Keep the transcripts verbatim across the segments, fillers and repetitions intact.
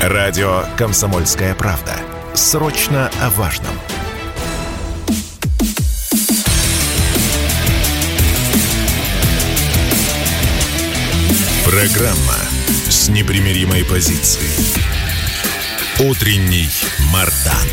Радио «Комсомольская правда». Срочно о важном. Программа с непримиримой позицией. Утренний Мардан.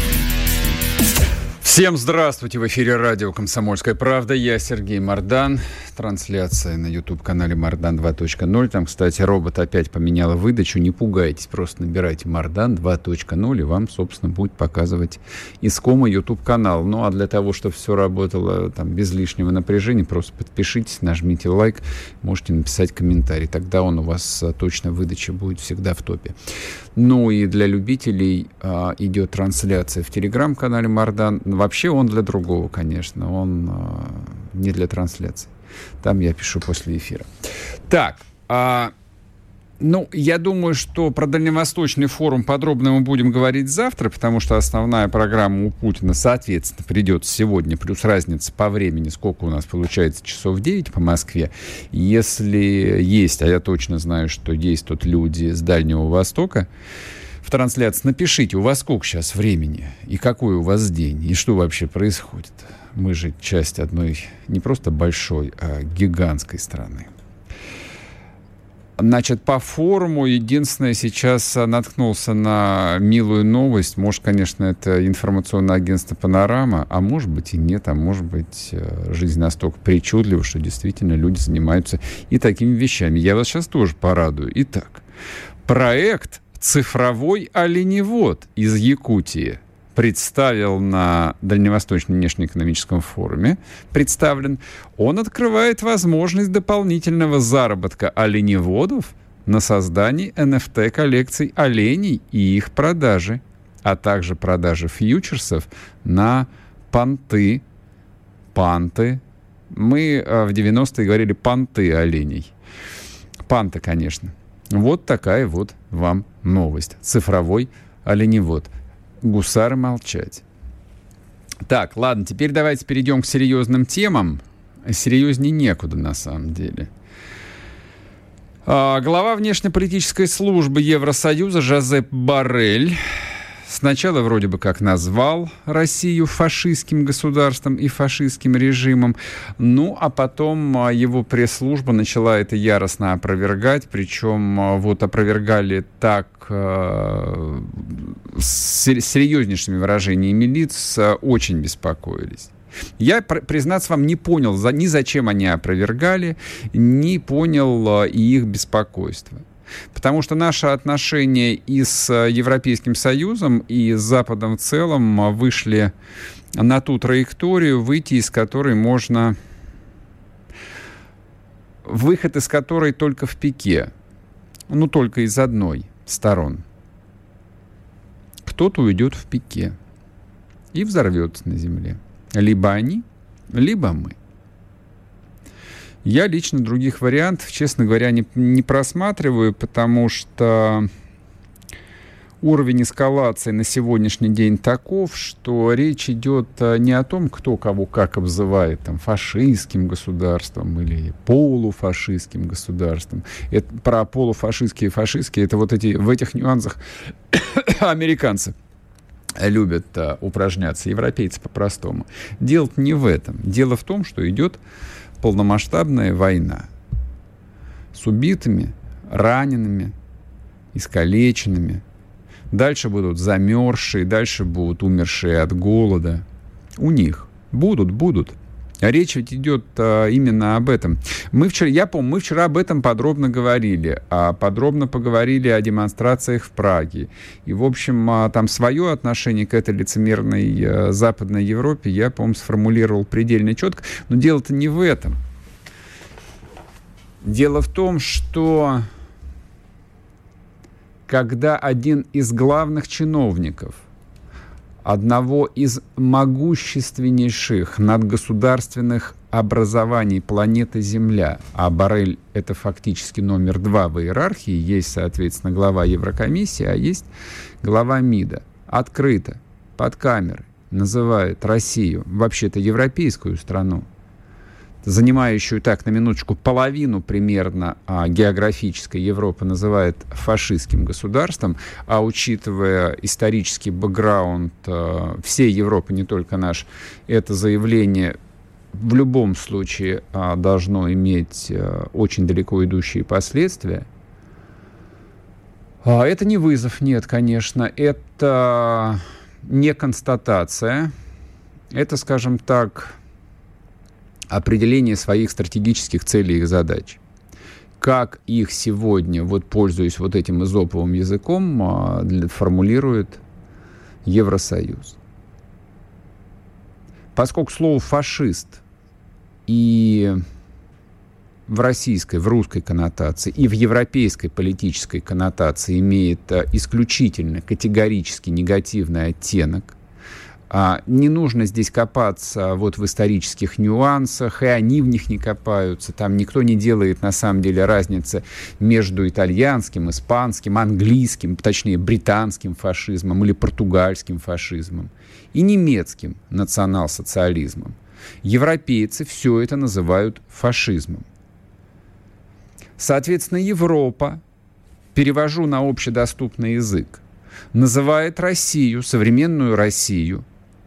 Всем здравствуйте! В эфире радио «Комсомольская правда». Я Сергей Мардан. Трансляция на YouTube-канале Мардан два точка ноль. Там, кстати, робот опять поменяла выдачу. Не пугайтесь, просто набирайте Мардан два точка ноль, и вам, собственно, будет показывать искомый YouTube-канал. Ну, а для того, чтобы все работало там, без лишнего напряжения, просто подпишитесь, нажмите лайк, можете написать комментарий. Тогда он у вас точно выдача будет всегда в топе. Ну, и для любителей а, идет трансляция в Телеграм-канале Мардан. Вообще он для другого, конечно. Он а, не для трансляции. Там я пишу после эфира. Так, а, ну, я думаю, что про Дальневосточный форум подробно мы будем говорить завтра, потому что основная программа у Путина, соответственно, придет сегодня, плюс разница по времени, сколько у нас получается, часов девять по Москве. Если есть, а я точно знаю, что есть тут люди с Дальнего Востока, в трансляции напишите, у вас сколько сейчас времени, и какой у вас день, и что вообще происходит. Мы же часть одной не просто большой, а гигантской страны. Значит, по форуму единственное, сейчас наткнулся на милую новость. Может, конечно, это информационное агентство «Панорама», а может быть и нет, а может быть жизнь настолько причудлива, что действительно люди занимаются и такими вещами. Я вас сейчас тоже порадую. Итак, проект «Цифровой оленевод» из Якутии представил на Дальневосточном внешнеэкономическом форуме, представлен, он открывает возможность дополнительного заработка оленеводов на создании эн эф ти-коллекций оленей и их продажи, а также продажи фьючерсов на понты, панты. Мы в девяностые говорили понты оленей. Панты, конечно. Вот такая вот вам новость. Цифровой оленевод. Гусары молчать. Так, ладно, теперь давайте перейдем к серьезным темам. Серьезнее некуда, на самом деле. А, глава внешнеполитической службы Евросоюза Жозеп Боррель сначала вроде бы как назвал Россию фашистским государством и фашистским режимом, ну, а потом его пресс-служба начала это яростно опровергать, причем вот опровергали так э, с серьезнейшими выражениями лиц, очень беспокоились. Я, признаться вам, не понял, за, ни зачем они опровергали, не понял э, и их беспокойство. Потому что наши отношения и с Европейским Союзом, и с Западом в целом вышли на ту траекторию, выйти из которой можно... Выход из которой только в пике. Ну, только из одной сторон. Кто-то уйдет в пике и взорвется на земле. Либо они, либо мы. Я лично других вариантов, честно говоря, не, не просматриваю, потому что уровень эскалации на сегодняшний день таков, что речь идет не о том, кто кого как обзывает там, фашистским государством или полуфашистским государством. Это, про полуфашистские и фашистские, это вот эти, в этих нюансах американцы любят а, упражняться, европейцы по-простому. Дело не в этом. Дело в том, что идет полномасштабная война с убитыми, ранеными, искалеченными. Дальше будут замерзшие, дальше будут умершие от голода. У них будут, будут. А речь ведь идет а, именно об этом. Мы вчера, я помню, мы вчера об этом подробно говорили. А подробно поговорили о демонстрациях в Праге. И, в общем, а, там свое отношение к этой лицемерной а, Западной Европе я, по-моему, сформулировал предельно четко. Но дело-то не в этом. Дело в том, что когда один из главных чиновников одного из могущественнейших надгосударственных образований планеты Земля, а Боррель — это фактически номер два в иерархии, есть, соответственно, глава Еврокомиссии, а есть глава МИДа, открыто, под камерой, называет Россию, вообще-то европейскую страну, занимающую, так, на минуточку, половину примерно а, географической Европы, называет фашистским государством, а учитывая исторический бэкграунд а, всей Европы, не только наш, это заявление в любом случае а, должно иметь а, очень далеко идущие последствия. А, это не вызов, нет, конечно, это не констатация, это, скажем так, определение своих стратегических целей и задач. Как их сегодня, вот пользуясь вот этим эзоповым языком, формулирует Евросоюз. Поскольку слово «фашист» и в российской, в русской коннотации, и в европейской политической коннотации имеет исключительно категорически негативный оттенок, не нужно здесь копаться вот в исторических нюансах, и они в них не копаются. Там никто не делает, на самом деле, разницы между итальянским, испанским, английским, точнее, британским фашизмом или португальским фашизмом и немецким национал-социализмом. Европейцы все это называют фашизмом. Соответственно, Европа, перевожу на общедоступный язык, называет Россию, современную Россию,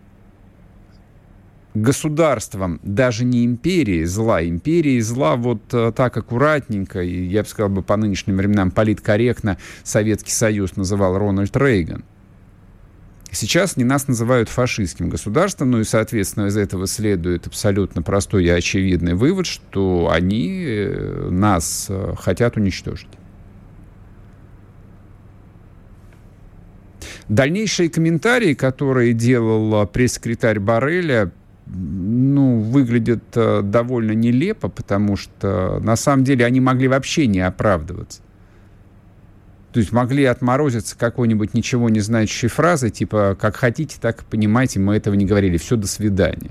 государством, даже не империей зла, империей зла вот так аккуратненько, и я бы сказал бы по нынешним временам политкорректно, Советский Союз называл Рональд Рейган. Сейчас они нас называют фашистским государством, ну и, соответственно, из этого следует абсолютно простой и очевидный вывод, что они нас хотят уничтожить. Дальнейшие комментарии, которые делал пресс-секретарь Борреля, ну, выглядят э, довольно нелепо, потому что на самом деле они могли вообще не оправдываться. То есть могли отморозиться какой-нибудь ничего не знающей фразой, типа «как хотите, так и понимаете, мы этого не говорили, все, до свидания».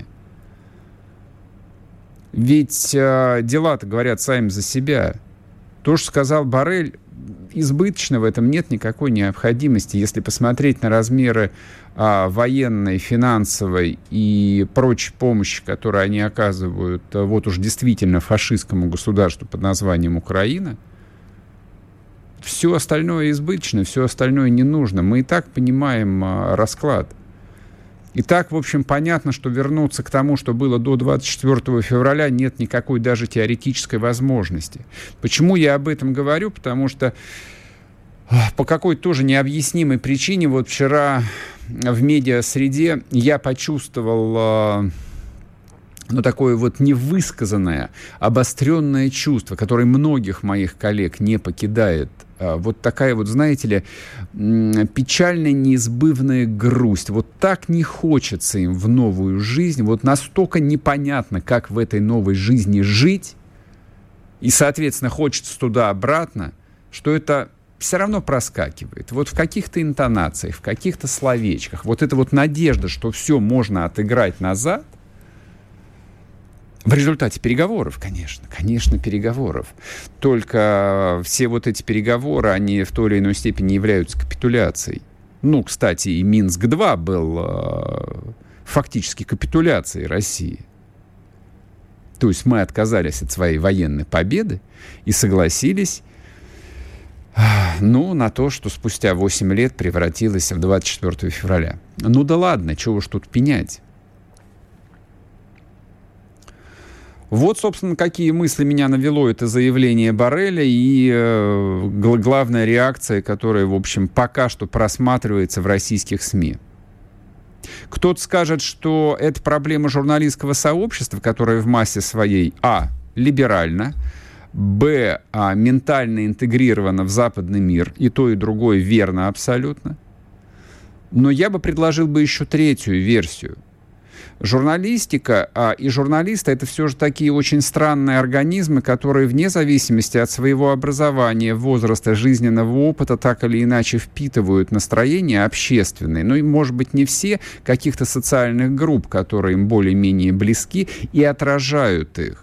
Ведь э, дела-то говорят сами за себя. То, что сказал Боррель, избыточно в этом нет никакой необходимости. Если посмотреть на размеры а, военной, финансовой и прочей помощи, которую они оказывают а, вот уж действительно фашистскому государству под названием Украина, все остальное избыточно, все остальное не нужно. Мы и так понимаем а, расклад. И так, в общем, понятно, что вернуться к тому, что было до двадцать четвёртого февраля, нет никакой даже теоретической возможности. Почему я об этом говорю? Потому что по какой-то тоже необъяснимой причине вот вчера в медиасреде я почувствовал ну, такое вот невысказанное, обостренное чувство, которое многих моих коллег не покидает. Вот такая вот, знаете ли, печальная неизбывная грусть. Вот так не хочется им в новую жизнь, вот настолько непонятно, как в этой новой жизни жить, и, соответственно, хочется туда-обратно, что это все равно проскакивает. Вот в каких-то интонациях, в каких-то словечках. Вот эта вот надежда, что все можно отыграть назад, в результате переговоров, конечно, конечно, переговоров. Только все вот эти переговоры, они в той или иной степени являются капитуляцией. Ну, кстати, и Минск-два был э, фактически капитуляцией России. То есть мы отказались от своей военной победы и согласились, э, ну, на то, что спустя восемь лет превратилось в двадцать четвёртого февраля. Ну да ладно, чего уж тут пенять. Вот, собственно, какие мысли меня навело это заявление Борреля и э, главная реакция, которая, в общем, пока что просматривается в российских СМИ. Кто-то скажет, что это проблема журналистского сообщества, которое в массе своей а. либерально, б. А, ментально интегрировано в западный мир, и то, и другое верно абсолютно. Но я бы предложил бы еще третью версию. Журналистика а, и журналисты — это все же такие очень странные организмы, которые вне зависимости от своего образования, возраста, жизненного опыта так или иначе впитывают настроения общественные. Ну и, может быть, не все, каких-то социальных групп, которые им более-менее близки, и отражают их.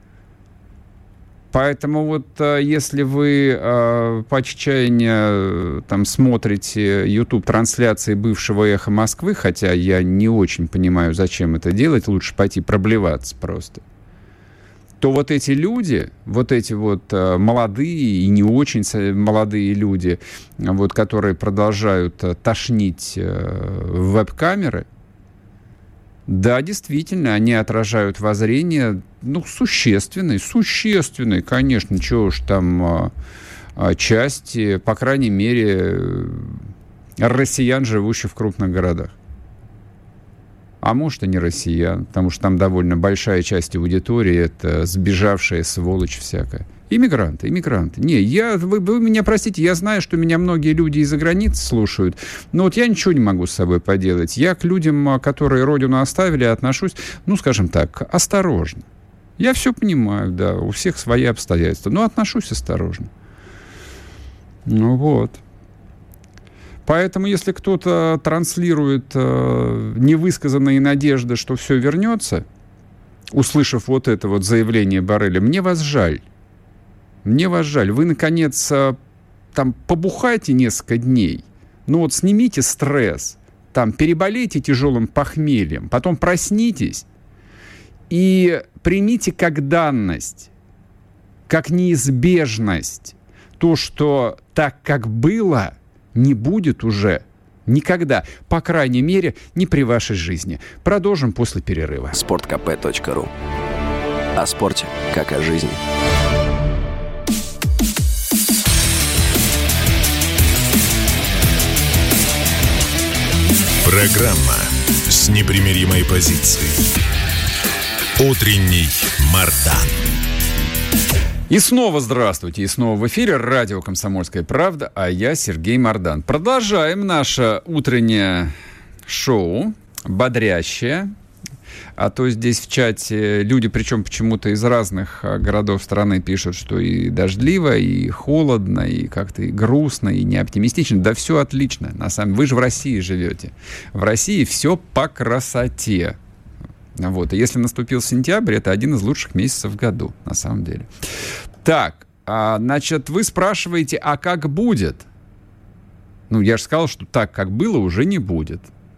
Поэтому вот если вы э, по отчаянию там смотрите YouTube-трансляции бывшего «Эхо Москвы», хотя я не очень понимаю, зачем это делать, лучше пойти проблеваться просто. то вот эти люди, вот эти вот молодые и не очень молодые люди, вот, которые продолжают тошнить в веб-камеры, да, действительно, они отражают воззрение, ну, существенной, существенной, конечно, чего уж там, части, по крайней мере, россиян, живущих в крупных городах. А может, и не россиян, потому что там довольно большая часть аудитории — это сбежавшая сволочь всякая. Иммигранты, иммигранты. Не, я, вы, вы меня простите, я знаю, что меня многие люди из-за границы слушают, но вот я ничего не могу с собой поделать. Я к людям, которые родину оставили, отношусь, ну, скажем так, осторожно. Я все понимаю, да, у всех свои обстоятельства, но отношусь осторожно. Ну вот. Поэтому, если кто-то транслирует э, невысказанные надежды, что все вернется, услышав вот это вот заявление Борреля, мне вас жаль. Мне вас жаль. Вы, наконец, э, там побухайте несколько дней, ну вот снимите стресс, там переболейте тяжелым похмельем, потом проснитесь и примите как данность, как неизбежность то, что так, как было, не будет уже никогда, по крайней мере, не при вашей жизни. Продолжим после перерыва. спорт кей пи точка ру. О спорте, как о жизни. Программа с непримиримой позицией. Утренний Мардан. И снова здравствуйте, и снова в эфире радио «Комсомольская правда», а я Сергей Мардан. Продолжаем наше утреннее шоу, бодрящее. А то здесь в чате люди, причем почему-то из разных городов страны, пишут, что и дождливо, и холодно, и как-то и грустно, и не оптимистично. Да все отлично, на самом деле. Вы же в России живете. В России все по красоте. Вот. И если наступил сентябрь, это один из лучших месяцев в году, на самом деле. Так, а, значит, вы спрашиваете, а как будет? Ну, я же сказал, что так, как было, уже не будет.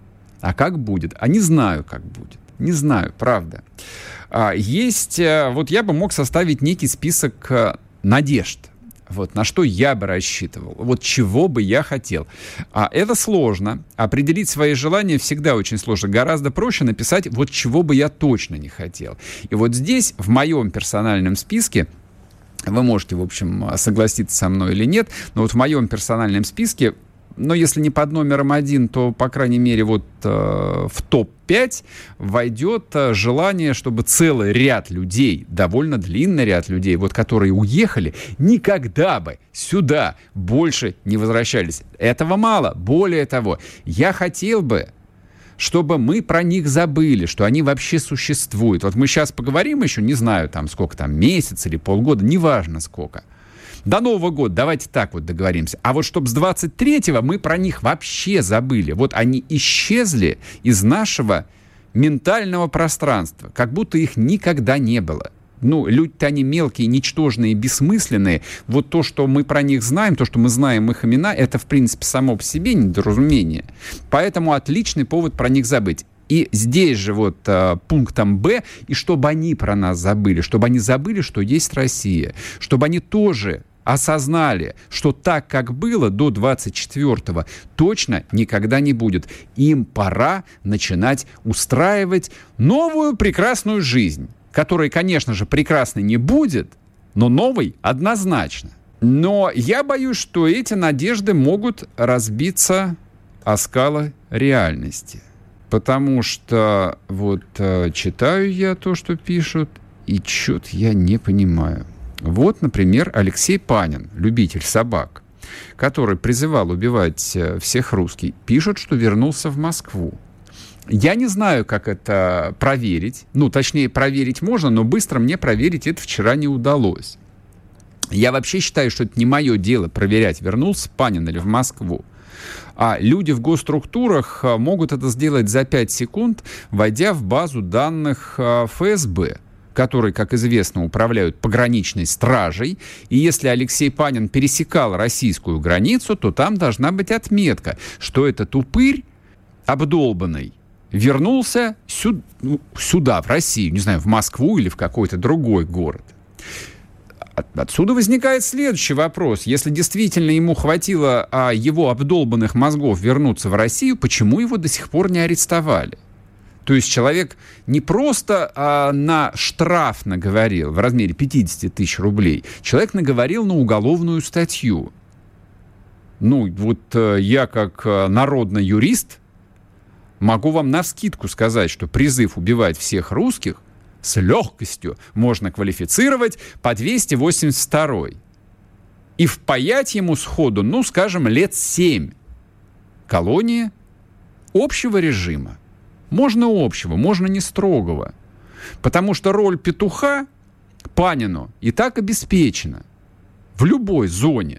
А как будет? А не знаю, как будет. Не знаю, правда. А, есть, вот я бы мог составить некий список надежд. Вот, на что я бы рассчитывал, вот чего бы я хотел. А это сложно. Определить свои желания всегда очень сложно. Гораздо проще написать, вот чего бы я точно не хотел. И вот здесь, в моем персональном списке, вы можете, в общем, согласиться со мной или нет, но вот в моем персональном списке, но если не под номером один, то, по крайней мере, вот э, в топ пять войдет э, желание, чтобы целый ряд людей, довольно длинный ряд людей, вот которые уехали, никогда бы сюда больше не возвращались. Этого мало. Более того, я хотел бы, чтобы мы про них забыли, что они вообще существуют. Вот мы сейчас поговорим еще, не знаю, там сколько там, месяц или полгода, неважно сколько. До Нового года, давайте так вот договоримся. А вот чтобы с двадцать третьего мы про них вообще забыли. Вот они исчезли из нашего ментального пространства, как будто их никогда не было. Ну, люди-то они мелкие, ничтожные, бессмысленные. Вот то, что мы про них знаем, то, что мы знаем их имена, это, в принципе, само по себе недоразумение. Поэтому отличный повод про них забыть. И здесь же вот а, пунктом Б, и чтобы они про нас забыли, чтобы они забыли, что есть Россия, чтобы они тоже осознали, что так, как было до двадцать четвёртого, точно никогда не будет. Им пора начинать устраивать новую прекрасную жизнь, которой, конечно же, прекрасной не будет, но новой однозначно. Но я боюсь, что эти надежды могут разбиться о скалы реальности. Потому что вот э, читаю я то, что пишут, и чё-то я не понимаю. Вот, например, Алексей Панин, любитель собак, который призывал убивать всех русских, пишет, что вернулся в Москву. Я не знаю, как это проверить. Ну, точнее, проверить можно, но быстро мне проверить это вчера не удалось. Я вообще считаю, что это не мое дело проверять, вернулся Панин или в Москву. А люди в госструктурах могут это сделать за пять секунд, войдя в базу данных эф эс бэ, которые, как известно, управляют пограничной стражей. И если Алексей Панин пересекал российскую границу, то там должна быть отметка, что этот упырь обдолбанный вернулся сюда, сюда, в Россию, не знаю, в Москву или в какой-то другой город. Отсюда возникает следующий вопрос. Если действительно ему хватило а, его обдолбанных мозгов вернуться в Россию, почему его до сих пор не арестовали? То есть человек не просто а, на штраф наговорил в размере пятьдесят тысяч рублей, человек наговорил на уголовную статью. Ну, вот а, я как а, народный юрист могу вам навскидку сказать, что призыв убивать всех русских с легкостью можно квалифицировать по двести восемьдесят второй. И впаять ему сходу, ну, скажем, лет семь. Колонии общего режима. Можно общего, можно не строгого. Потому что роль петуха Панину и так обеспечена. В любой зоне.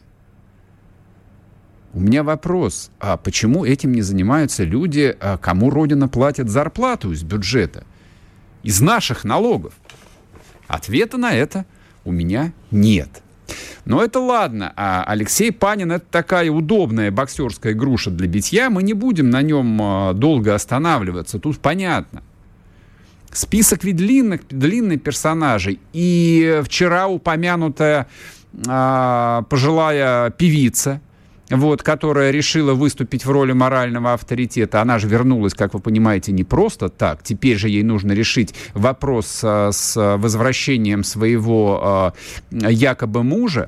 У меня вопрос, а почему этим не занимаются люди, кому Родина платит зарплату из бюджета? Из наших налогов? Ответа на это у меня нет. Но это ладно. А Алексей Панин — это такая удобная боксерская груша для битья. Мы не будем на нем долго останавливаться. Тут понятно. Список ведь длинных, длинных персонажей. И вчера упомянутая а, пожилая певица, вот, которая решила выступить в роли морального авторитета. Она же вернулась, как вы понимаете, не просто так. Теперь же ей нужно решить вопрос а, с возвращением своего а, якобы мужа.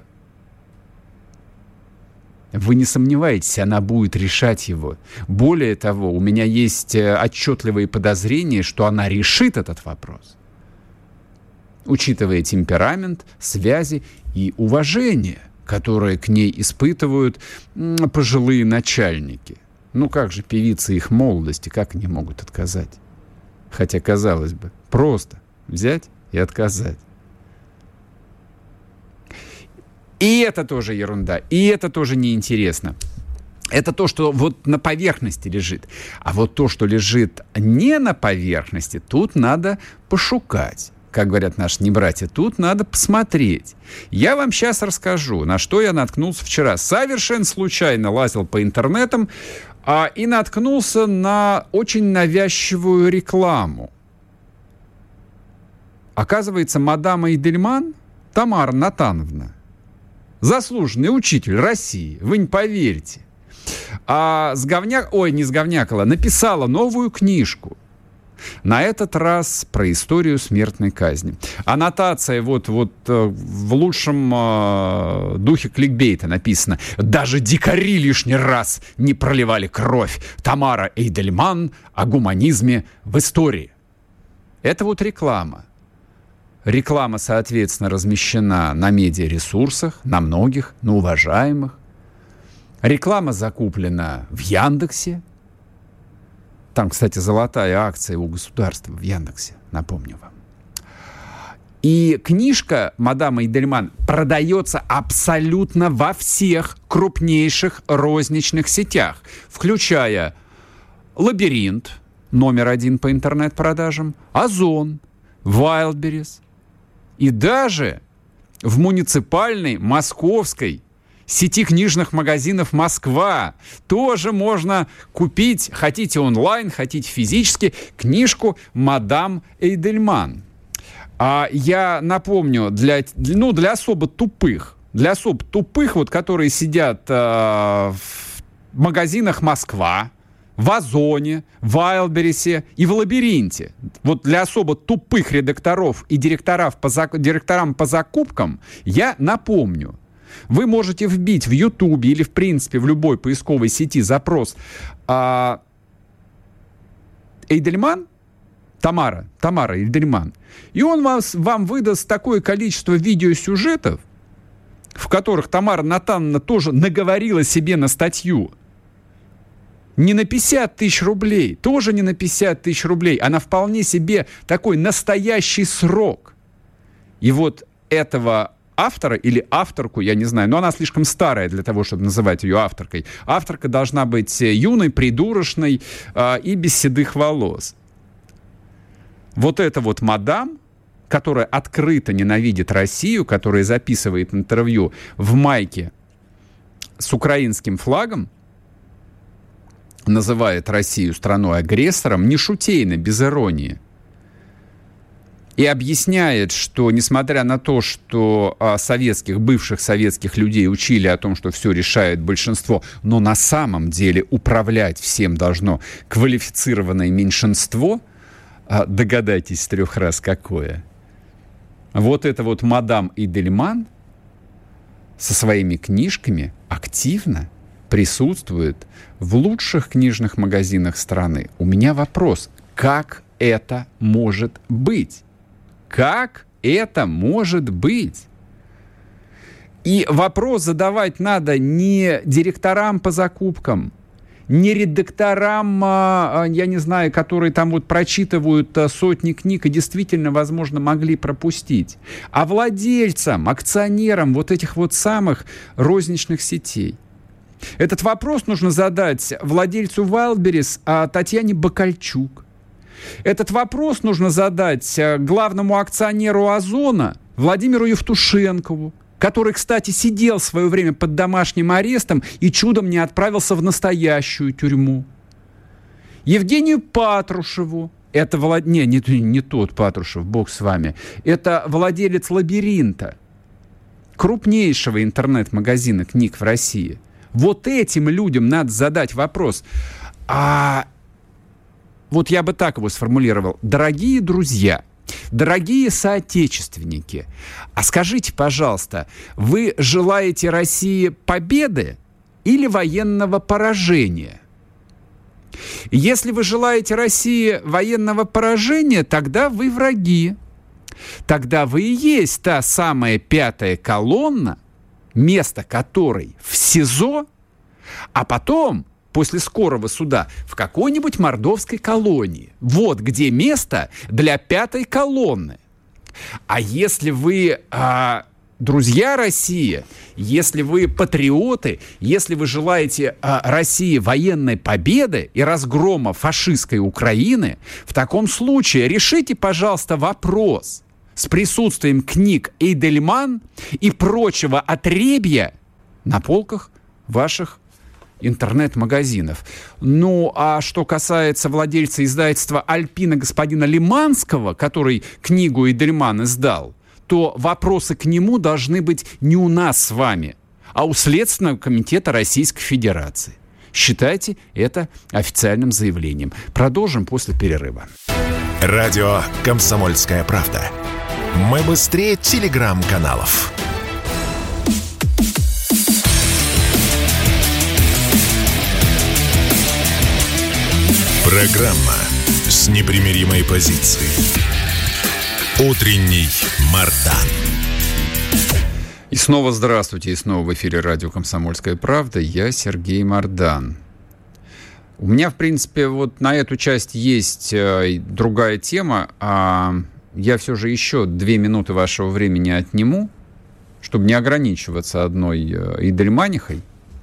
Вы не сомневаетесь, она будет решать его. Более того, у меня есть отчетливые подозрения, что она решит этот вопрос, учитывая темперамент, связи и уважение, которые к ней испытывают пожилые начальники. Ну как же певицы их молодости, как они могут отказать? Хотя, казалось бы, просто взять и отказать. И это тоже ерунда, и это тоже неинтересно. Это то, что вот на поверхности лежит. А вот то, что лежит не на поверхности, тут надо пошукать. Как говорят наши небратья, тут надо посмотреть. Я вам сейчас расскажу, на что я наткнулся вчера. Совершенно случайно лазил по интернетам а, и наткнулся на очень навязчивую рекламу. Оказывается, мадам Эйдельман, Тамара Натановна, заслуженный учитель России, вы не поверите, а сговняк, ой, не сговнякала, написала новую книжку. На этот раз про историю смертной казни. Аннотация вот, вот в лучшем э, духе кликбейта написано: «Даже дикари лишний раз не проливали кровь. Тамара Эйдельман о гуманизме в истории». Это вот реклама. Реклама, соответственно, размещена на медиаресурсах, на многих, на уважаемых. Реклама закуплена в Яндексе. Там, кстати, золотая акция у государства в Яндексе, напомню вам. И книжка мадам Эйдельман продается абсолютно во всех крупнейших розничных сетях, включая «Лабиринт», номер один по интернет-продажам, «Озон», «Вайлдберрис», и даже в муниципальной московской сети книжных магазинов «Москва» тоже можно купить, хотите онлайн, хотите физически, книжку мадам Эйдельман. А я напомню, для, ну, для особо тупых, для особо тупых, вот, которые сидят э, в магазинах «Москва», в «Озоне», в «Вайлдберрисе» и в «Лабиринте». Вот для особо тупых редакторов и директоров по зак... директорам по закупкам я напомню. Вы можете вбить в Ютубе или, в принципе, в любой поисковой сети запрос а... Эйдельман, Тамара, Тамара Эйдельман, и он вас, вам выдаст такое количество видеосюжетов, в которых Тамара Натановна тоже наговорила себе на статью. Не на пятьдесят тысяч рублей, тоже не на пятьдесят тысяч рублей, а на вполне себе такой настоящий срок. И вот этого автора или авторку, я не знаю, но она слишком старая для того, чтобы называть ее авторкой. Авторка должна быть юной, придурочной э, и без седых волос. Вот эта вот мадам, которая открыто ненавидит Россию, которая записывает интервью в майке с украинским флагом, называет Россию страной-агрессором, не шутейно, без иронии. И объясняет, что несмотря на то, что а, советских, бывших советских людей учили о том, что все решает большинство, но на самом деле управлять всем должно квалифицированное меньшинство, а, догадайтесь с трех раз какое. Вот это вот мадам Идельман со своими книжками активно присутствует в лучших книжных магазинах страны. У меня вопрос, как это может быть? Как это может быть? И вопрос задавать надо не директорам по закупкам, не редакторам, я не знаю, которые там вот прочитывают сотни книг и действительно, возможно, могли пропустить, а владельцам, акционерам вот этих вот самых розничных сетей. Этот вопрос нужно задать владельцу Wildberries, а Татьяне Бакальчук. Этот вопрос нужно задать главному акционеру Озона Владимиру Евтушенкову, который, кстати, сидел в свое время под домашним арестом и чудом не отправился в настоящую тюрьму. Евгению Патрушеву, это влад... не, не, не тот Патрушев, бог с вами, это владелец «Лабиринта», крупнейшего интернет-магазина книг в России. Вот этим людям надо задать вопрос. А вот я бы так его сформулировал. Дорогие друзья, дорогие соотечественники, а скажите, пожалуйста, вы желаете России победы или военного поражения? Если вы желаете России военного поражения, тогда вы враги. Тогда вы и есть та самая пятая колонна, место которой в СИЗО, а потом, после скорого суда, в какой-нибудь мордовской колонии. Вот где место для пятой колонны. А если вы, а, друзья России, если вы патриоты, если вы желаете а, России военной победы и разгрома фашистской Украины, в таком случае решите, пожалуйста, вопрос с присутствием книг Идельман и прочего отребья на полках ваших интернет-магазинов. Ну, а что касается владельца издательства «Альпина» господина Лиманского, который книгу Идельман издал, то вопросы к нему должны быть не у нас с вами, а у Следственного комитета Российской Федерации. Считайте это официальным заявлением. Продолжим после перерыва. Радио «Комсомольская правда». Мы быстрее телеграм-каналов. Программа с непримиримой позицией. Утренний Мардан. И снова здравствуйте, и снова в эфире радио «Комсомольская правда». Я Сергей Мардан. У меня, в принципе, вот на эту часть есть э, другая тема. А я все же еще две минуты вашего времени отниму, чтобы не ограничиваться одной э, Идельманихой.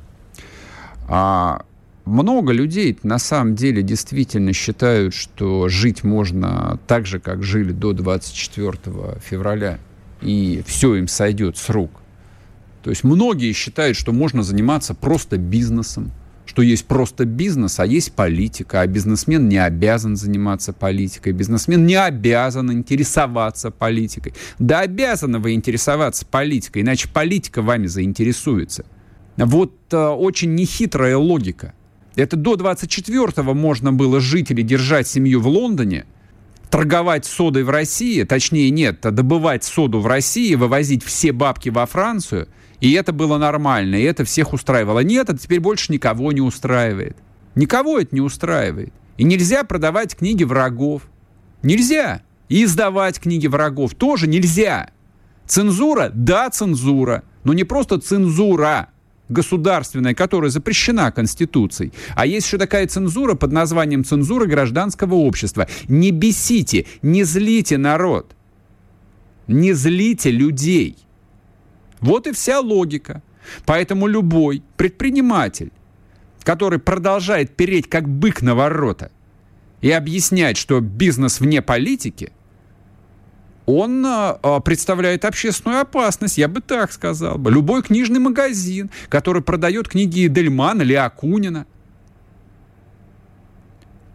А много людей на самом деле действительно считают, что жить можно так же, как жили до двадцать четвёртого февраля, и все им сойдет с рук. То есть многие считают, что можно заниматься просто бизнесом, что есть просто бизнес, а есть политика, а бизнесмен не обязан заниматься политикой, бизнесмен не обязан интересоваться политикой. Да обязаны вы интересоваться политикой, иначе политика вами заинтересуется. Вот э, очень нехитрая логика. Это до двадцать четвёртого можно было жить или держать семью в Лондоне, торговать содой в России, точнее нет, добывать соду в России, вывозить все бабки во Францию, и это было нормально, и это всех устраивало. Нет, это теперь больше никого не устраивает. Никого это не устраивает. И нельзя продавать книги врагов. Нельзя. И издавать книги врагов тоже нельзя. Цензура? Да, цензура. Но не просто цензура государственная, которая запрещена Конституцией. А есть еще такая цензура под названием цензура гражданского общества. Не бесите, не злите народ. Не злите людей. Вот и вся логика. Поэтому любой предприниматель, который продолжает переть как бык на ворота и объяснять, что бизнес вне политики, он а, представляет общественную опасность, я бы так сказал бы. Любой книжный магазин, который продает книги Идельмана или Акунина,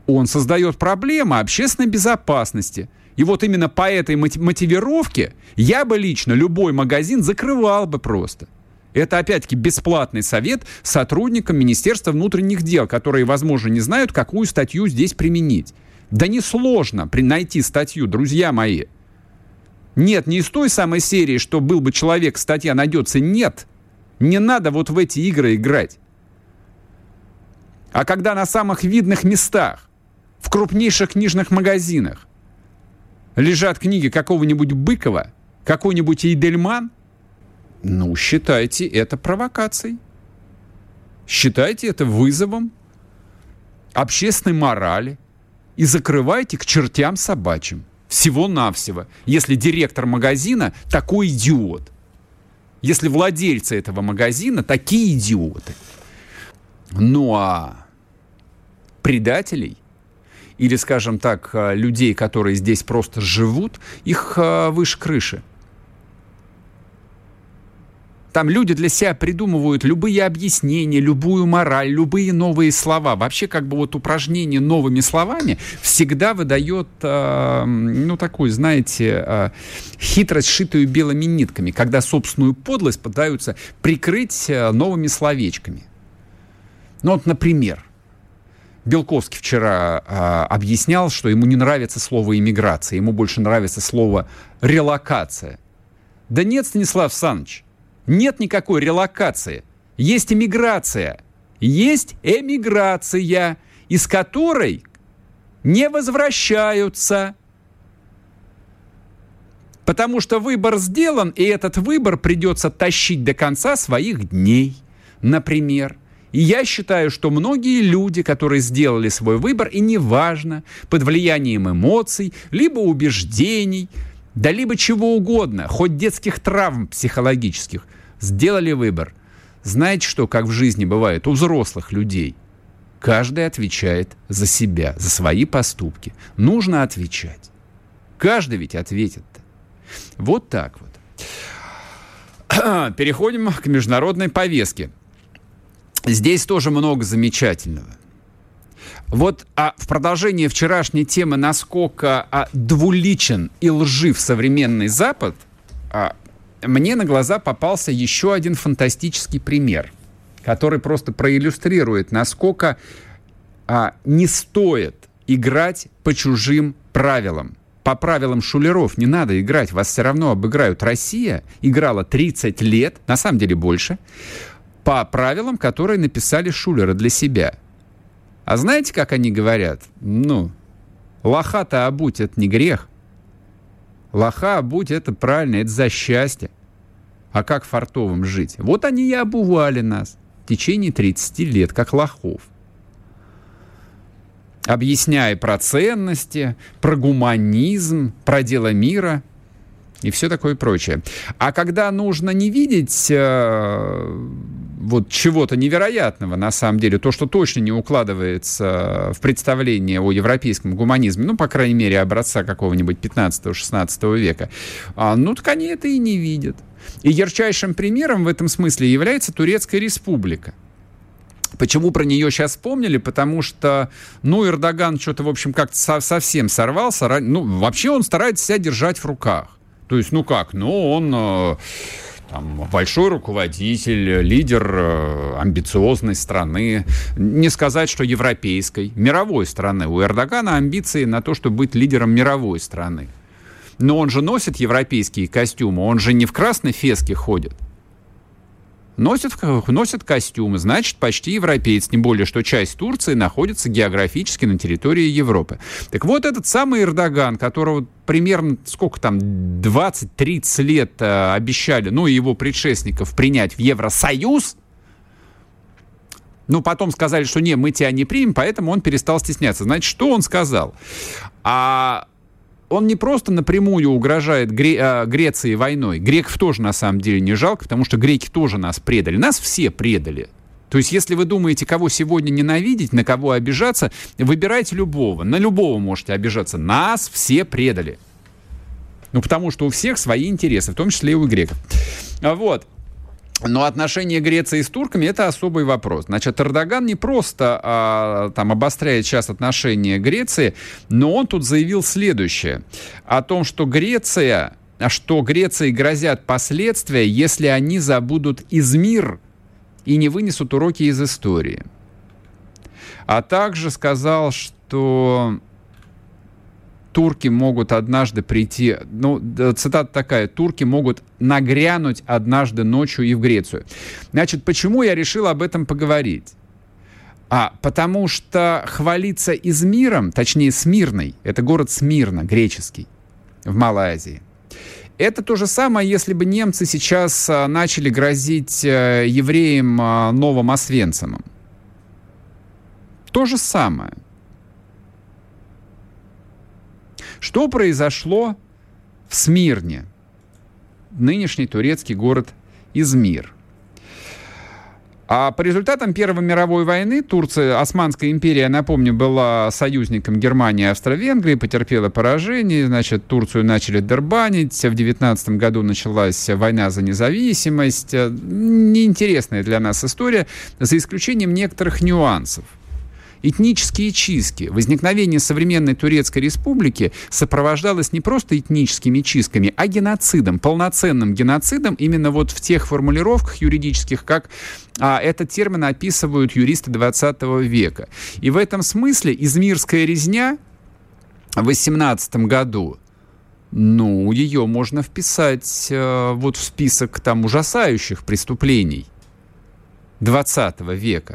он создает проблемы общественной безопасности. И вот именно по этой мотивировке я бы лично любой магазин закрывал бы просто. Это, опять-таки, бесплатный совет сотрудникам Министерства внутренних дел, которые, возможно, не знают, какую статью здесь применить. Да несложно найти статью, друзья мои. Нет, не из той самой серии, что был бы человек, статья найдется. Нет, не надо вот в эти игры играть. А когда на самых видных местах, в крупнейших книжных магазинах лежат книги какого-нибудь Быкова, какой-нибудь Эйдельман, ну, считайте это провокацией. Считайте это вызовом общественной морали и закрывайте к чертям собачьим. Всего-навсего. Если директор магазина такой идиот. Если владельцы этого магазина такие идиоты. Ну, а предателей или, скажем так, людей, которые здесь просто живут, их выше крыши. Там люди для себя придумывают любые объяснения, любую мораль, любые новые слова. Вообще, как бы вот упражнение новыми словами всегда выдает, э, ну, такую, знаете, э, хитрость, сшитую белыми нитками, когда собственную подлость пытаются прикрыть э, новыми словечками. Ну, вот, например, Белковский вчера э, объяснял, что ему не нравится слово «иммиграция», ему больше нравится слово «релокация». Да нет, Станислав Саныч, нет никакой релокации. Есть эмиграция. Есть эмиграция, из которой не возвращаются. Потому что выбор сделан, и этот выбор придется тащить до конца своих дней, например. И я считаю, что многие люди, которые сделали свой выбор, и неважно, под влиянием эмоций, либо убеждений, да либо чего угодно, хоть детских травм психологических, сделали выбор. Знаете что, как в жизни бывает у взрослых людей? Каждый отвечает за себя, за свои поступки. Нужно отвечать. Каждый ведь ответит-то. Вот так вот. Переходим к международной повестке. Здесь тоже много замечательного. Вот а в продолжение вчерашней темы, насколько а, двуличен и лжив современный Запад, а, мне на глаза попался еще один фантастический пример, который просто проиллюстрирует, насколько а, не стоит играть по чужим правилам. По правилам шулеров не надо играть, вас все равно обыграют. Россия играла тридцать лет, на самом деле больше, по правилам, которые написали шулеры для себя. А знаете, как они говорят? Ну, лоха-то обуть — это не грех. Лоха обуть — это правильно, это за счастье. А как фартовым жить? Вот они и обували нас в течение тридцати лет, как лохов. Объясняя про ценности, про гуманизм, про дело мира и все такое прочее. А когда нужно не видеть э, вот чего-то невероятного, на самом деле, то, что точно не укладывается в представление о европейском гуманизме, ну, по крайней мере, образца какого-нибудь пятнадцатого-шестнадцатого века, а, ну, так они это и не видят. И ярчайшим примером в этом смысле является Турецкая республика. Почему про нее сейчас вспомнили? Потому что, ну, Эрдоган что-то, в общем, как-то со- совсем сорвался. Ну, вообще он старается себя держать в руках. То есть, ну как, ну, он э, там, большой руководитель, лидер э, амбициозной страны. Не сказать, что европейской, мировой страны. У Эрдогана амбиции на то, чтобы быть лидером мировой страны. Но он же носит европейские костюмы, он же не в красной феске ходит. Носит, носит костюмы, значит, почти европеец. Тем более, что часть Турции находится географически на территории Европы. Так вот, этот самый Эрдоган, которого примерно, сколько там, двадцать-тридцать лет э, обещали, ну, и его предшественников принять в Евросоюз, ну, потом сказали, что не, мы тебя не примем, поэтому он перестал стесняться. Значит, что он сказал? А... Он не просто напрямую угрожает Гре- Греции войной. Греков тоже, на самом деле, не жалко, потому что греки тоже нас предали. Нас все предали. То есть, если вы думаете, кого сегодня ненавидеть, на кого обижаться, выбирайте любого. На любого можете обижаться. Нас все предали. Ну, потому что у всех свои интересы, в том числе и у греков. Вот. Но отношения Греции с турками – это особый вопрос. Значит, Эрдоган не просто а, там, обостряет сейчас отношения Греции, но он тут заявил следующее. О том, что Греция, что Греции грозят последствия, если они забудут Измир и не вынесут уроки из истории. А также сказал, что турки могут однажды прийти, ну, цитата такая, турки могут нагрянуть однажды ночью и в Грецию. Значит, почему я решил об этом поговорить? А, потому что хвалиться Измиром, точнее Смирной, это город Смирна, греческий, в Малой Азии, это то же самое, если бы немцы сейчас а, начали грозить а, евреям а, Новым Освенцимом. То же самое. Что произошло в Смирне, нынешний турецкий город Измир? А по результатам Первой мировой войны Турция, Османская империя, напомню, была союзником Германии и Австро-Венгрии, потерпела поражение, значит, Турцию начали дербанить, в девятнадцатом году началась война за независимость. Неинтересная для нас история, за исключением некоторых нюансов. Этнические чистки. Возникновение современной Турецкой республики сопровождалось не просто этническими чистками, а геноцидом, полноценным геноцидом, именно вот в тех формулировках юридических, как а, этот термин описывают юристы двадцатого века. И в этом смысле Измирская резня в восемнадцатом году, ну, ее можно вписать э, вот в список там ужасающих преступлений двадцатого века.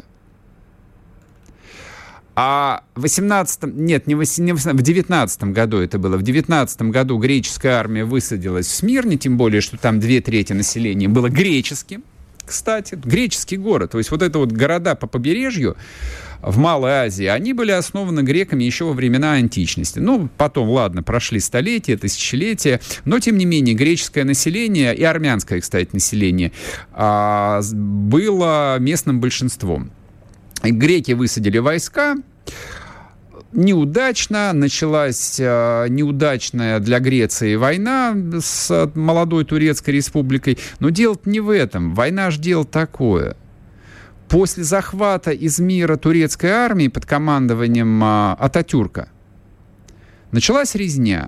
А в восемнадцатом, нет, не в восемнадцатом, в девятнадцатом году это было. В девятнадцатом году греческая армия высадилась в Смирне, тем более, что там две трети населения было греческим, кстати, греческий город. То есть вот это вот города по побережью в Малой Азии, они были основаны греками еще во времена античности. Ну, потом, ладно, прошли столетия, тысячелетия, но, тем не менее, греческое население и армянское, кстати, население а, было местным большинством. Греки высадили войска, неудачно, началась э, неудачная для Греции война с молодой Турецкой республикой, но дело-то не в этом, война ж дело такое. После захвата Измира турецкой армии под командованием э, Ататюрка началась резня.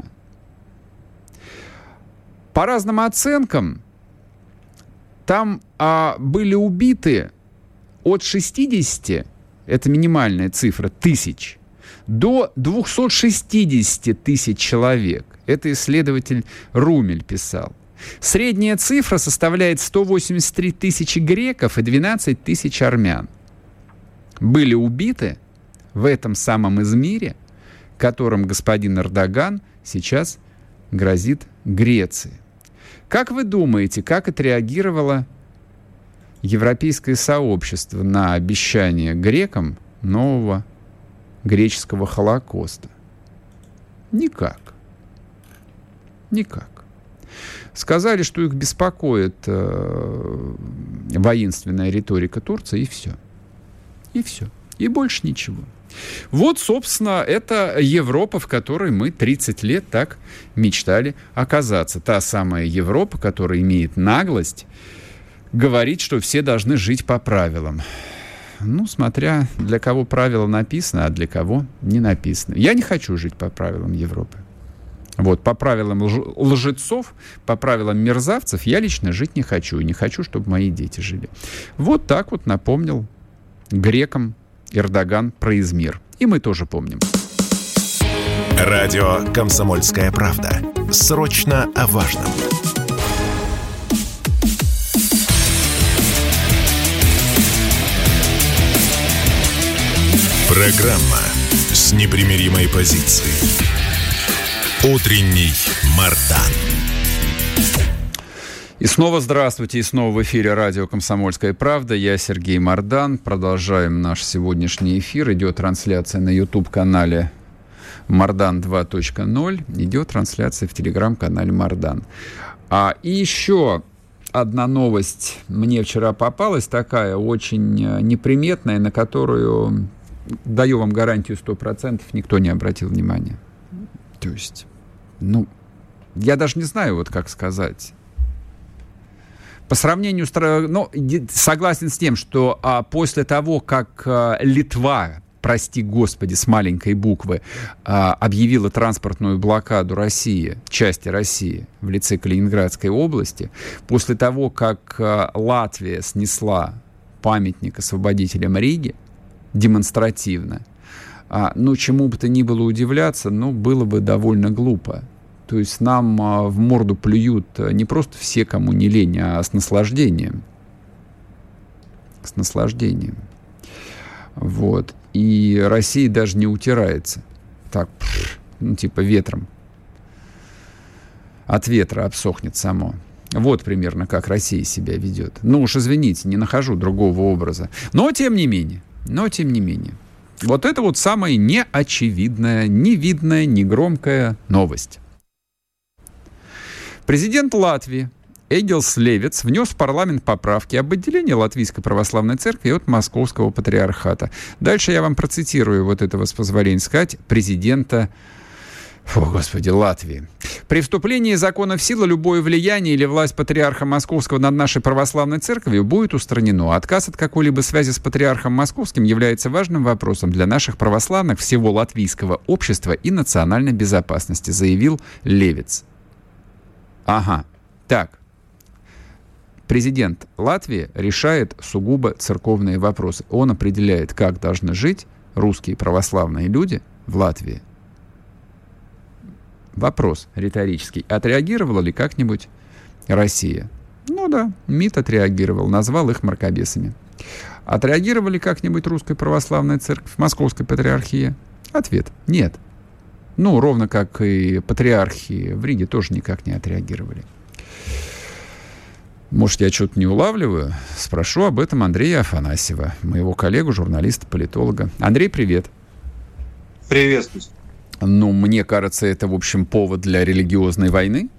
По разным оценкам, там э, были убиты от шестидесяти, это минимальная цифра, тысяч, до двухсот шестидесяти тысяч человек. Это исследователь Румель писал. Средняя цифра составляет сто восемьдесят три тысячи греков и двенадцать тысяч армян. Были убиты в этом самом Измире, которым господин Эрдоган сейчас грозит Греции. Как вы думаете, как отреагировало европейское сообщество на обещание грекам нового греческого Холокоста? Никак. Никак. Сказали, что их беспокоит э, воинственная риторика Турции, и все. И все. И больше ничего. Вот, собственно, это Европа, в которой мы тридцать лет так мечтали оказаться. Та самая Европа, которая имеет наглость говорить, что все должны жить по правилам. Ну, смотря для кого правило написано, а для кого не написано. Я не хочу жить по правилам Европы. Вот, по правилам лж- лжецов, по правилам мерзавцев я лично жить не хочу. И не хочу, чтобы мои дети жили. Вот так вот напомнил грекам Эрдоган про Измир. И мы тоже помним. Радио «Комсомольская правда». Срочно о важном. Программа с непримиримой позицией. Утренний Мардан. И снова здравствуйте, и снова в эфире радио «Комсомольская правда». Я Сергей Мардан. Продолжаем наш сегодняшний эфир. Идет трансляция на YouTube-канале Мардан два точка ноль. Идет трансляция в Телеграм-канале Мардан. А, и еще одна новость мне вчера попалась, такая очень неприметная, на которую, даю вам гарантию сто процентов, никто не обратил внимания. То есть, ну, я даже не знаю, вот как сказать. По сравнению с... Ну, согласен с тем, что а, после того, как а, Литва, прости господи, с маленькой буквы, а, объявила транспортную блокаду России, части России в лице Калининградской области, после того, как а, Латвия снесла памятник освободителям Риги демонстративно, а, ну, чему бы то ни было удивляться, ну, было бы довольно глупо. То есть нам а, в морду плюют не просто все, кому не лень, а с наслаждением. С наслаждением. Вот. И Россия даже не утирается. Так, ну, типа ветром. От ветра обсохнет само. Вот примерно как Россия себя ведет. Ну уж извините, не нахожу другого образа. Но тем не менее. Но тем не менее. Вот это вот самая неочевидная, невидная, негромкая новость. Президент Латвии Эгилс Левитс внес в парламент поправки об отделении Латвийской православной церкви от Московского патриархата. Дальше я вам процитирую вот этого, с позволения сказать, президента, о, господи, Латвии. При вступлении закона в силу любое влияние или власть патриарха Московского над нашей православной церковью будет устранено. Отказ от какой-либо связи с патриархом Московским является важным вопросом для наших православных, всего латвийского общества и национальной безопасности, заявил Левитс. Ага, так. Президент Латвии решает сугубо церковные вопросы. Он определяет, как должны жить русские православные люди в Латвии. Вопрос риторический. Отреагировала ли как-нибудь Россия? Ну да, МИД отреагировал, назвал их мракобесами. Отреагировали как-нибудь Русская Православная Церковь, Московская Патриархия? Ответ – нет. Ну, ровно как и патриархи в Риге тоже никак не отреагировали. Может, я что-то не улавливаю? Спрошу об этом Андрея Афанасьева, моего коллегу, журналиста, политолога. Андрей, привет. Приветствую. Ну, мне кажется, это, в общем, повод для религиозной войны.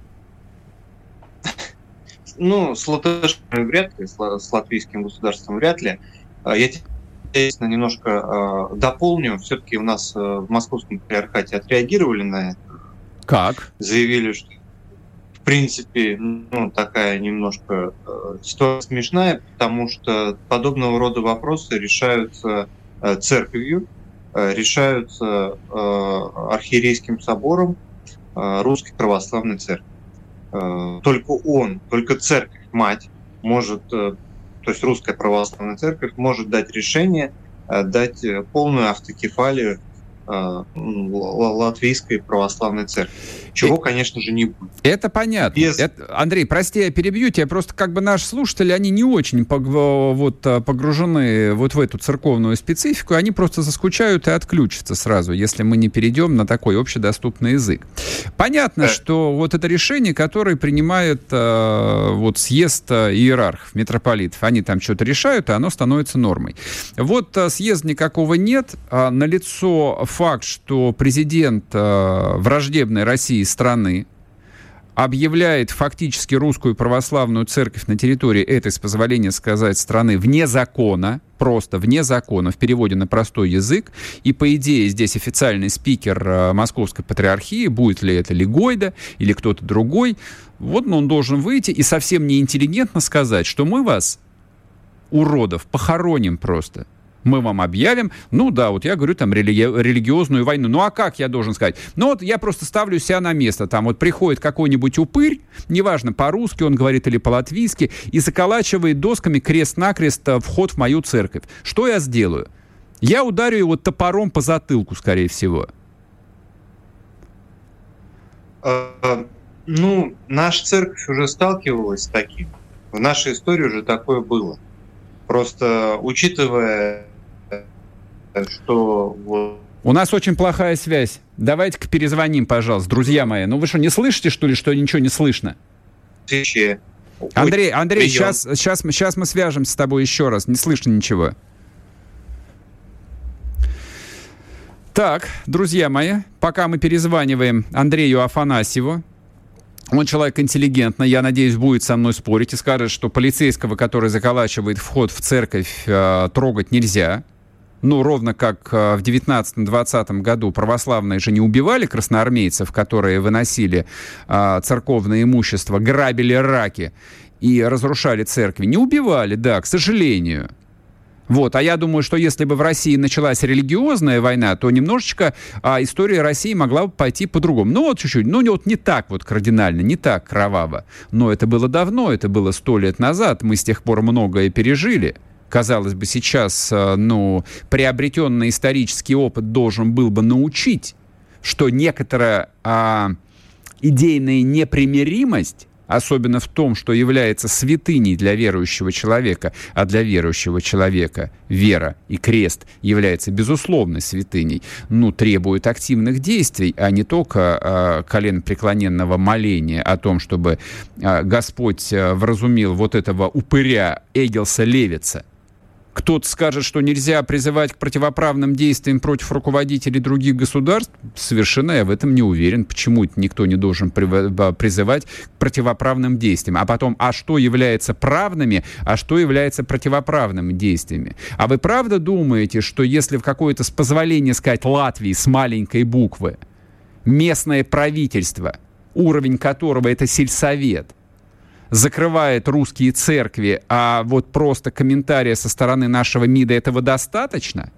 Ну, с латышами вряд ли, с латвийским государством вряд ли. Я естественно, немножко э, дополню. Все-таки у нас э, в Московском патриархате отреагировали на это. Как? Заявили, что в принципе, ну, такая немножко э, ситуация смешная, потому что подобного рода вопросы решаются э, церковью, э, решаются э, архиерейским собором э, Русской Православной Церкви. Э, только он, только церковь, мать, может... Э, То есть Русская Православная Церковь может дать решение, дать полную автокефалию Латвийской Православной Церкви. Чего, конечно же, не будет. Это понятно. Без... Это, Андрей, прости, я перебью тебя. Просто как бы наши слушатели, они не очень пог... вот, погружены вот в эту церковную специфику. Они просто заскучают и отключатся сразу, если мы не перейдем на такой общедоступный язык. Понятно, да. Что вот это решение, которое принимает э, вот съезд иерархов, митрополитов, они там что-то решают, и оно становится нормой. Вот э, съезда никакого нет. А налицо факт, что президент э, враждебной России страны объявляет фактически Русскую Православную Церковь на территории этой, с позволения сказать, страны вне закона, просто вне закона, в переводе на простой язык, и, по идее, здесь официальный спикер э, Московской Патриархии, будет ли это Легойда или кто-то другой, вот ну, он должен выйти и совсем неинтеллигентно сказать, что мы вас, уродов, похороним просто. Мы вам объявим, ну да, вот я говорю, там, религи- религиозную войну. Ну а как я должен сказать? Ну вот я просто ставлю себя на место. Там вот приходит какой-нибудь упырь, неважно, по-русски он говорит или по-латвийски, и заколачивает досками крест-накрест вход в мою церковь. Что я сделаю? Я ударю его топором по затылку, скорее всего. А, ну, наша церковь уже сталкивалась с таким. В нашей истории уже такое было. Просто учитывая, что... У нас очень плохая связь. Давайте-ка перезвоним, пожалуйста, друзья мои. Ну вы что, не слышите, что ли, что ничего не слышно? Андрей, Андрей, сейчас, сейчас, сейчас мы свяжемся с тобой еще раз. Не слышно ничего. Так, друзья мои, пока мы перезваниваем Андрею Афанасьеву, он человек интеллигентный, я надеюсь, будет со мной спорить и скажет, что полицейского, который заколачивает вход в церковь, трогать нельзя. Ну, ровно как в девятнадцатом-двадцатом году православные же не убивали красноармейцев, которые выносили а, церковное имущество, грабили раки и разрушали церкви. Не убивали, да, к сожалению. Вот. А я думаю, что если бы в России началась религиозная война, то немножечко а, история России могла бы пойти по-другому. Ну, вот чуть-чуть. Ну, вот не так вот кардинально, не так кроваво. Но это было давно, это было сто лет назад. Мы с тех пор многое пережили. Казалось бы, сейчас, ну, приобретенный исторический опыт должен был бы научить, что некоторая а, идейная непримиримость, особенно в том, что является святыней для верующего человека, а для верующего человека вера и крест является безусловной святыней, ну, требует активных действий, а не только а, коленопреклоненного моления о том, чтобы а, Господь а, вразумил вот этого упыря Эггелса Левитса. Кто-то скажет, что нельзя призывать к противоправным действиям против руководителей других государств. Совершенно я в этом не уверен. Почему никто не должен призывать к противоправным действиям? А потом, а что является правными, а что является противоправными действиями? А вы правда думаете, что если в какое-то, с позволения сказать, Латвии с маленькой буквы, местное правительство, уровень которого это сельсовет, закрывает русские церкви, а вот просто комментария со стороны нашего МИДа этого достаточно?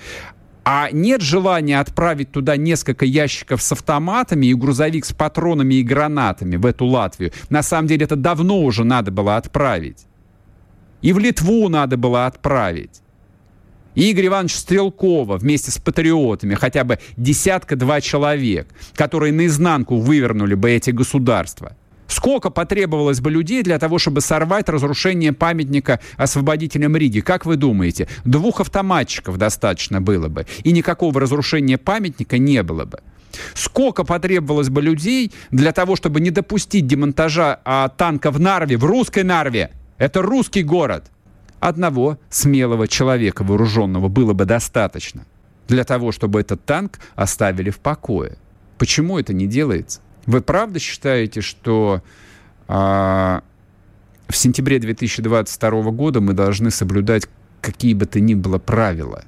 А нет желания отправить туда несколько ящиков с автоматами и грузовик с патронами и гранатами в эту Латвию? На самом деле это давно уже надо было отправить. И в Литву надо было отправить. И Игоря Ивановича Стрелкова вместе с патриотами, хотя бы десятка-два человек, которые наизнанку вывернули бы эти государства. Сколько потребовалось бы людей для того, чтобы сорвать разрушение памятника освободителям Риги? Как вы думаете? Двух автоматчиков достаточно было бы, и никакого разрушения памятника не было бы. Сколько потребовалось бы людей для того, чтобы не допустить демонтажа а, танка в Нарве, в русской Нарве? Это русский город. Одного смелого человека вооруженного было бы достаточно для того, чтобы этот танк оставили в покое. Почему это не делается? Вы правда считаете, что а, в сентябре две тысячи двадцать второго года мы должны соблюдать какие бы то ни было правила?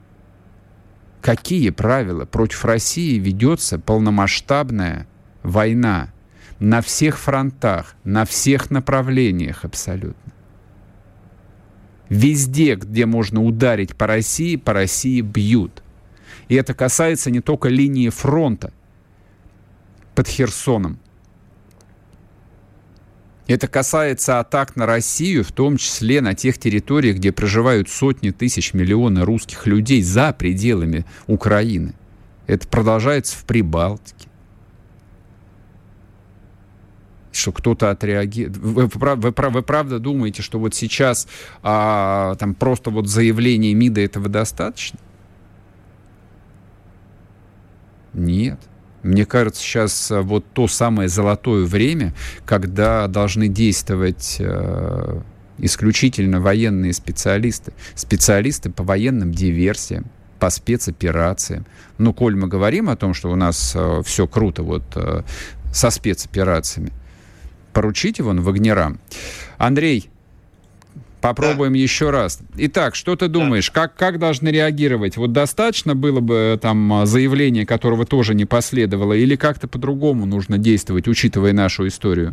Какие правила? Против России ведется полномасштабная война на всех фронтах, на всех направлениях абсолютно. Везде, где можно ударить по России, по России бьют. И это касается не только линии фронта под Херсоном. Это касается атак на Россию, в том числе на тех территориях, где проживают сотни тысяч, миллионы русских людей за пределами Украины. Это продолжается в Прибалтике. Что кто-то отреагирует. Вы, вы, вы, вы правда думаете, что вот сейчас а, там просто вот заявление МИДа этого достаточно? Нет. Мне кажется, сейчас вот то самое золотое время, когда должны действовать э, исключительно военные специалисты. Специалисты по военным диверсиям, по спецоперациям. Ну, коль мы говорим о том, что у нас э, все круто вот э, со спецоперациями, поручите вон Вагнерам. Андрей, попробуем да. еще раз. Итак, что ты думаешь, да. как, как должны реагировать? Вот достаточно было бы там заявления, которого тоже не последовало, или как-то по-другому нужно действовать, учитывая нашу историю?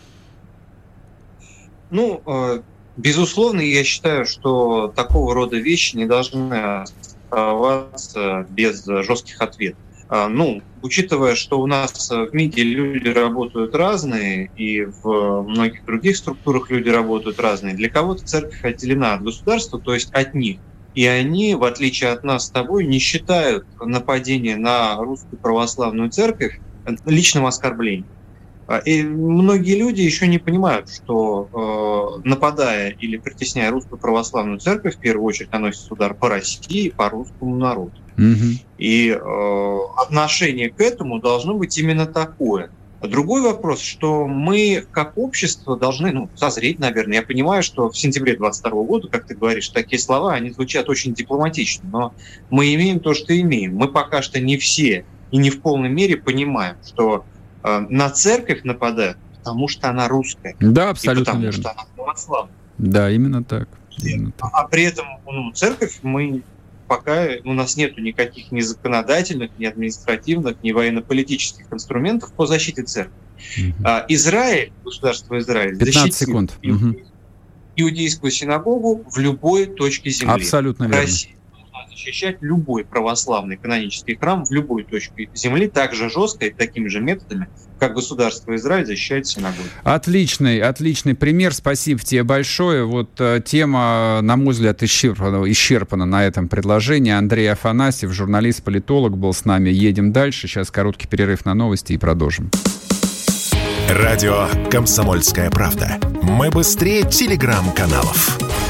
Ну, безусловно, я считаю, что такого рода вещи не должны оставаться без жестких ответов. Ну, учитывая, что у нас в МИДе люди работают разные, и в многих других структурах люди работают разные, для кого-то церковь отделена от государства, то есть от них. И они, в отличие от нас с тобой, не считают нападение на русскую православную церковь личным оскорблением. И многие люди еще не понимают, что э, нападая или притесняя русскую православную церковь, в первую очередь наносится удар по России и по русскому народу. Mm-hmm. И э, отношение к этому должно быть именно такое. Другой вопрос, что мы как общество должны ну, созреть, наверное. Я понимаю, что в сентябре двадцать второго года, как ты говоришь, такие слова, они звучат очень дипломатично, но мы имеем то, что имеем. Мы пока что не все и не в полной мере понимаем, что на церковь нападают, потому что она русская. Да, абсолютно и потому верно. что она православная. Да, именно так. Именно так. А при этом ну, церковь мы пока у нас нет никаких ни законодательных, ни административных, ни военно-политических инструментов по защите церкви. Mm-hmm. Израиль, государство Израиль, защитит иудейскую синагогу в любой точке земли. Абсолютно верно. Россия должна защищать любой православный канонический храм в любой точке земли так же жестко и такими же методами, как государство Израиль защищает синагогу. Отличный, отличный пример. Спасибо тебе большое. Вот э, тема, на мой взгляд, исчерпана, исчерпана на этом предложении. Андрей Афанасьев, журналист-политолог, был с нами. Едем дальше. Сейчас короткий перерыв на новости и продолжим. Радио «Комсомольская правда». Мы быстрее телеграм-каналов.